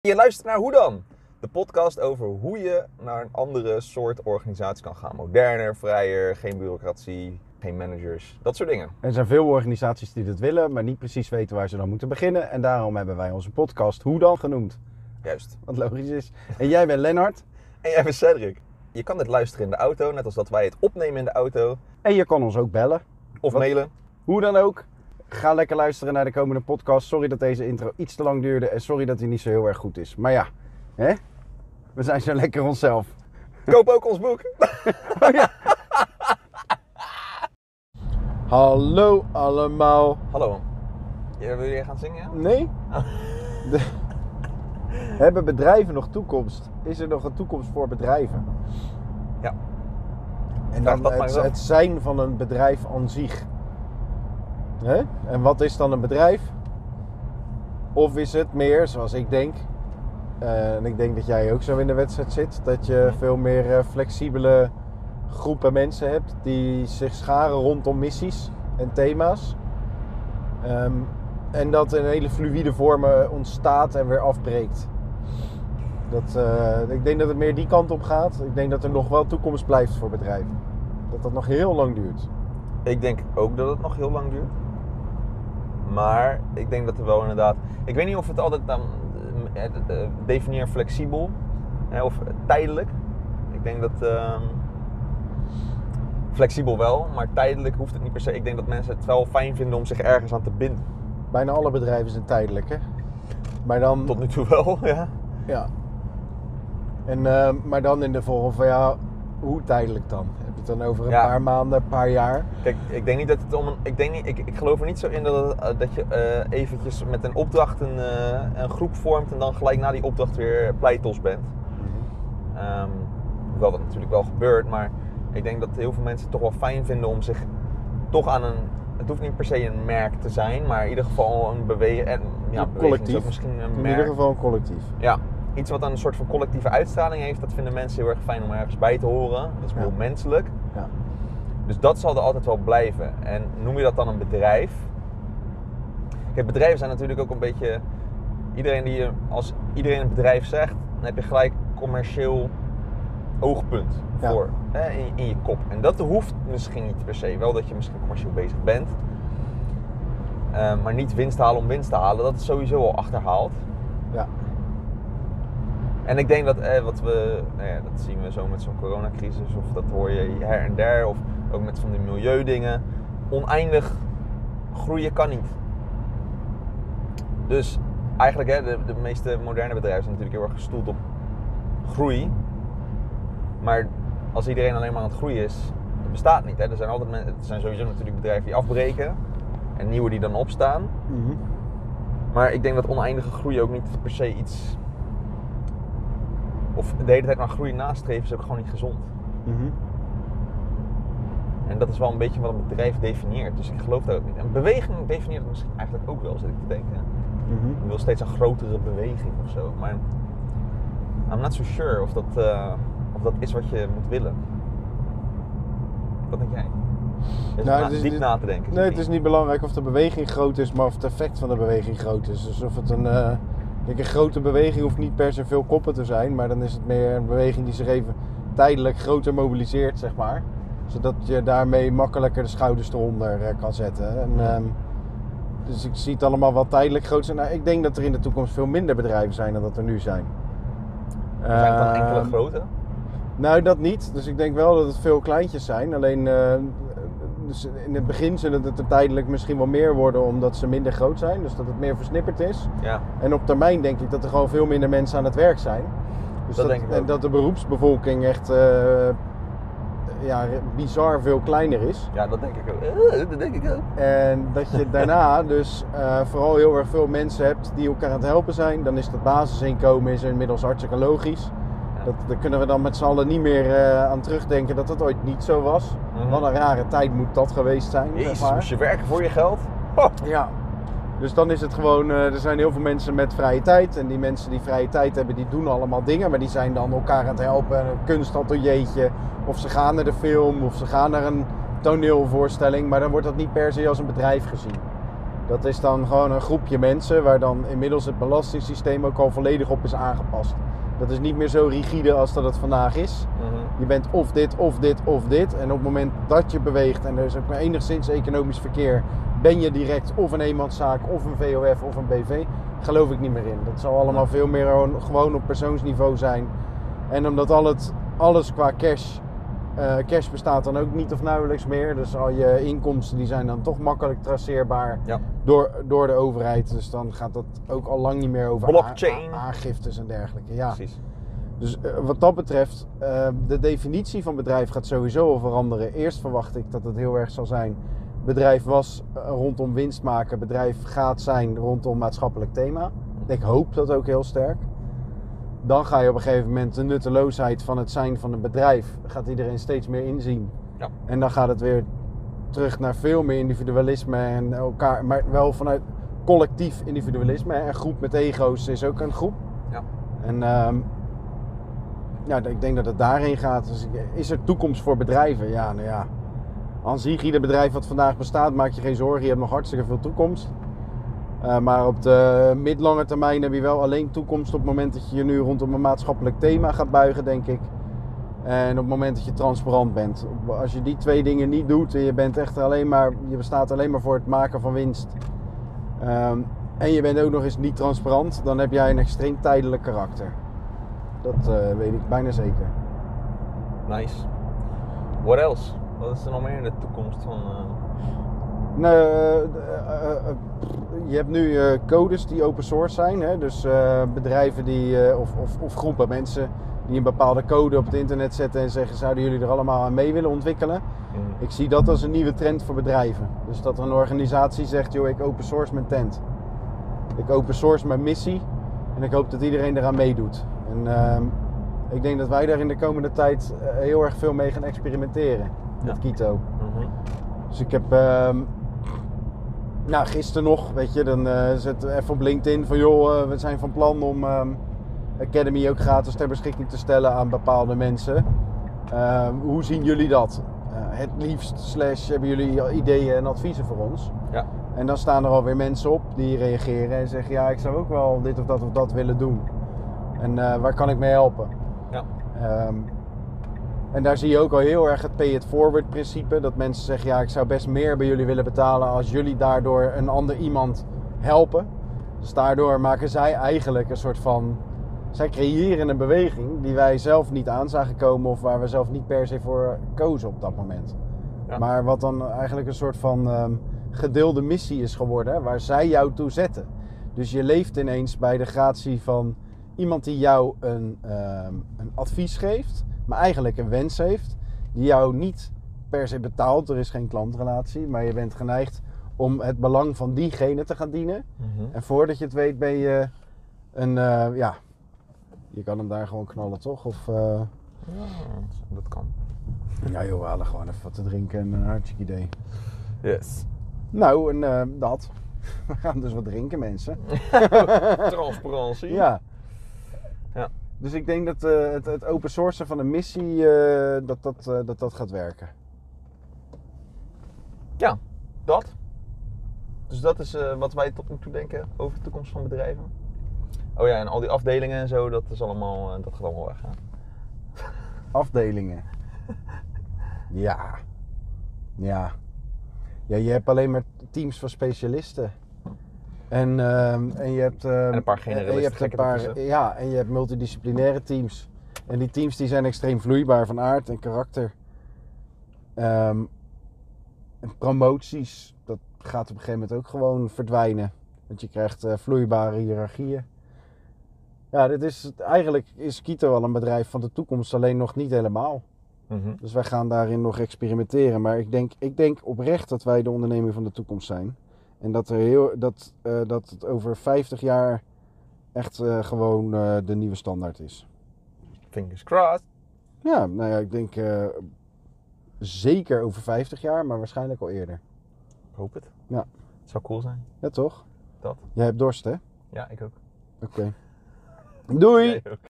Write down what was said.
Je luistert naar Hoe Dan? De podcast over hoe je naar een andere soort organisatie kan gaan. Moderner, vrijer, geen bureaucratie, geen managers, dat soort dingen. Er zijn veel organisaties die dat willen, maar niet precies weten waar ze dan moeten beginnen. En daarom hebben wij onze podcast Hoe Dan genoemd. Juist. Wat logisch is. En jij bent Lennart. En jij bent Cedric. Je kan dit luisteren in de auto, net als dat wij het opnemen in de auto. En je kan ons ook bellen. Of mailen. Hoe dan ook. Ga lekker luisteren naar de komende podcast. Sorry dat deze intro iets te lang duurde en sorry dat hij niet zo heel erg goed is. Maar ja, hè? We zijn zo lekker onszelf. Koop ook ons boek. Oh ja. Hallo allemaal. Hallo. Wil je gaan zingen? Nee? Hebben bedrijven nog toekomst? Is er nog een toekomst voor bedrijven? Ja. En dan het zijn van een bedrijf aan zich. Hè? En wat is dan een bedrijf? Of is het meer, zoals ik denk, en ik denk dat jij ook zo in de wedstrijd zit, dat je veel meer flexibele groepen mensen hebt die zich scharen rondom missies en thema's. En dat in hele fluïde vormen ontstaat en weer afbreekt. Ik denk dat het meer die kant op gaat. Ik denk dat er nog wel toekomst blijft voor bedrijven. Dat dat nog heel lang duurt. Ik denk ook dat het nog heel lang duurt. Maar ik denk dat er wel inderdaad... Ik weet niet of het altijd dan... definieer flexibel. Of tijdelijk. Ik denk dat... flexibel wel, maar tijdelijk hoeft het niet per se. Ik denk dat mensen het wel fijn vinden om zich ergens aan te binden. Bijna alle bedrijven zijn tijdelijk, hè? Maar dan... Tot nu toe wel, ja. Ja. En, maar dan in de volgende van ja, hoe tijdelijk dan? Heb je het dan over een paar maanden, een paar jaar? Kijk, ik denk niet dat het om een... Ik geloof er niet zo in dat je eventjes met een opdracht een groep vormt en dan gelijk na die opdracht weer pleitos bent. Hoewel dat natuurlijk wel gebeurt, maar ik denk dat heel veel mensen het toch wel fijn vinden om zich toch aan een... Het hoeft niet per se een merk te zijn, maar in ieder geval een beweging... Ja, een collectief. Misschien een merk. In ieder geval een collectief. Ja. Iets wat dan een soort van collectieve uitstraling heeft, dat vinden mensen heel erg fijn om ergens bij te horen. Dat is heel menselijk. Ja. Dus dat zal er altijd wel blijven. En noem je dat dan een bedrijf? Kijk, bedrijven zijn natuurlijk ook een beetje... Als iedereen een bedrijf zegt, dan heb je gelijk commercieel oogpunt voor in je kop. En dat hoeft misschien niet per se. Wel dat je misschien commercieel bezig bent. Maar niet winst halen om winst te halen. Dat is sowieso al achterhaald. Ja. En ik denk dat dat zien we zo met zo'n coronacrisis, of dat hoor je her en der, of ook met van die milieudingen. Oneindig groeien kan niet. Dus eigenlijk, de meeste moderne bedrijven zijn natuurlijk heel erg gestoeld op groei. Maar als iedereen alleen maar aan het groeien is, dat bestaat niet. Hè? Er zijn sowieso natuurlijk bedrijven die afbreken en nieuwe die dan opstaan. Mm-hmm. Maar ik denk dat oneindige groei ook niet per se iets... Of de hele tijd naar groei nastreven is ook gewoon niet gezond. Mm-hmm. En dat is wel een beetje wat een bedrijf definieert. Dus ik geloof dat ook niet. En beweging definieert het misschien eigenlijk ook wel, zit ik te denken. Mm-hmm. Ik wil steeds een grotere beweging of zo. Maar I'm not so sure of dat is wat je moet willen. Wat denk jij? Diep na te denken. Nee, het is niet belangrijk of de beweging groot is, maar of het effect van de beweging groot is. Dus of het een grote beweging hoeft niet per se veel koppen te zijn, maar dan is het meer een beweging die zich even tijdelijk groter mobiliseert, zeg maar. Zodat je daarmee makkelijker de schouders eronder kan zetten. En, dus ik zie het allemaal wel tijdelijk groot zijn. Nou, ik denk dat er in de toekomst veel minder bedrijven zijn dan dat er nu zijn. Zijn het dan enkele grote? Nou, dat niet. Dus ik denk wel dat het veel kleintjes zijn. Alleen dus in het begin zullen het er tijdelijk misschien wel meer worden omdat ze minder groot zijn. Dus dat het meer versnipperd is. Ja. En op termijn denk ik dat er gewoon veel minder mensen aan het werk zijn. Dus dat denk ik ook. En dat de beroepsbevolking echt bizar veel kleiner is. Ja, dat denk ik ook. Dat denk ik ook. En dat je daarna dus vooral heel erg veel mensen hebt die elkaar aan het helpen zijn. Dan is dat basisinkomen is inmiddels hartstikke logisch. Ja. Daar kunnen we dan met z'n allen niet meer aan terugdenken dat dat ooit niet zo was. Mm-hmm. Wat een rare tijd moet dat geweest zijn. Jezus, zeg maar. moest je werken voor je geld? Oh. Ja. Dus dan is het gewoon, er zijn heel veel mensen met vrije tijd. En die mensen die vrije tijd hebben, die doen allemaal dingen. Maar die zijn dan elkaar aan het helpen. Een kunstateliertje. Of ze gaan naar de film. Of ze gaan naar een toneelvoorstelling. Maar dan wordt dat niet per se als een bedrijf gezien. Dat is dan gewoon een groepje mensen waar dan inmiddels het belastingssysteem ook al volledig op is aangepast. Dat is niet meer zo rigide als dat het vandaag is. Je bent of dit, of dit, of dit. En op het moment dat je beweegt en er is ook maar enigszins economisch verkeer, ben je direct of een eenmanszaak, of een VOF, of een BV. Geloof ik niet meer in. Dat zal allemaal veel meer gewoon op persoonsniveau zijn. En omdat alles qua cash bestaat dan ook niet of nauwelijks meer. Dus al je inkomsten die zijn dan toch makkelijk traceerbaar door de overheid. Dus dan gaat dat ook al lang niet meer over blockchain, aangiftes en dergelijke. Ja. Precies. Dus wat dat betreft, de definitie van bedrijf gaat sowieso al veranderen. Eerst verwacht ik dat het heel erg zal zijn. Bedrijf was rondom winst maken. Bedrijf gaat zijn rondom maatschappelijk thema. Ik hoop dat ook heel sterk. Dan ga je op een gegeven moment de nutteloosheid van het zijn van een bedrijf, gaat iedereen steeds meer inzien. Ja. En dan gaat het weer terug naar veel meer individualisme en elkaar, maar wel vanuit collectief individualisme. Een groep met ego's is ook een groep. Ja. En ik denk dat het daarheen gaat. Dus is er toekomst voor bedrijven? Ja, nou ja. Aan zich, ieder bedrijf wat vandaag bestaat, maak je geen zorgen. Je hebt nog hartstikke veel toekomst. Maar op de middellange termijn heb je wel alleen toekomst op het moment dat je je nu rondom een maatschappelijk thema gaat buigen, denk ik. En op het moment dat je transparant bent. Als je die twee dingen niet doet en je bent echt je bestaat alleen maar voor het maken van winst. En je bent ook nog eens niet transparant, dan heb jij een extreem tijdelijk karakter. Dat weet ik bijna zeker. Nice. What else? Wat is er nog meer in de toekomst van... Je hebt nu codes die open source zijn. Hè? Dus bedrijven die, of groepen mensen die een bepaalde code op het internet zetten en zeggen: zouden jullie er allemaal aan mee willen ontwikkelen? Ik zie dat als een nieuwe trend voor bedrijven. Dus dat er een organisatie zegt: joh, ik open source mijn tent. Ik open source mijn missie. En ik hoop dat iedereen eraan meedoet. En ik denk dat wij daar in de komende tijd heel erg veel mee gaan experimenteren. Met Kito. Dus ik heb... gisteren nog, weet je, dan zet even op LinkedIn van joh, we zijn van plan om Academy ook gratis ter beschikking te stellen aan bepaalde mensen. Hoe zien jullie dat? Het liefst / hebben jullie ideeën en adviezen voor ons? Ja. En dan staan er alweer mensen op die reageren en zeggen: ja, ik zou ook wel dit of dat willen doen. En waar kan ik mee helpen? Ja. En daar zie je ook al heel erg het pay it forward principe. Dat mensen zeggen: ja, ik zou best meer bij jullie willen betalen als jullie daardoor een ander iemand helpen. Dus daardoor maken zij eigenlijk een soort van... Zij creëren een beweging die wij zelf niet aan zagen komen of waar we zelf niet per se voor kozen op dat moment. Ja. Maar wat dan eigenlijk een soort van gedeelde missie is geworden, waar zij jou toe zetten. Dus je leeft ineens bij de gratie van iemand die jou een advies geeft, maar eigenlijk een wens heeft, die jou niet per se betaalt. Er is geen klantrelatie, maar je bent geneigd om het belang van diegene te gaan dienen. En voordat je het weet ben je je kan hem daar gewoon knallen, toch? Of, ja, dat kan. Ja joh, we halen gewoon even wat te drinken en een hartstikke idee. Yes. Nou, en dat. We gaan dus wat drinken, mensen. Transparantie. Ja. Dus ik denk dat het open sourcen van een missie, dat gaat werken. Ja, dat. Dus dat is wat wij tot nu toe denken over de toekomst van bedrijven. Oh ja, en al die afdelingen en zo, dat gaat allemaal weggaan. Afdelingen? Ja. Ja, je hebt alleen maar teams van specialisten. En je hebt... en een paar generalisten. Ja, en je hebt multidisciplinaire teams. En die teams die zijn extreem vloeibaar van aard en karakter. En promoties, dat gaat op een gegeven moment ook gewoon verdwijnen. Want je krijgt vloeibare hiërarchieën. Ja, eigenlijk is Kito al een bedrijf van de toekomst, alleen nog niet helemaal. Dus wij gaan daarin nog experimenteren. Maar ik denk oprecht dat wij de onderneming van de toekomst zijn. En dat het over 50 jaar echt gewoon de nieuwe standaard is. Fingers crossed. Ja, nou ja, ik denk zeker over 50 jaar, maar waarschijnlijk al eerder. Ik hoop het. Ja. Het zou cool zijn. Ja, toch? Dat. Jij hebt dorst, hè? Ja, ik ook. Oké. Doei!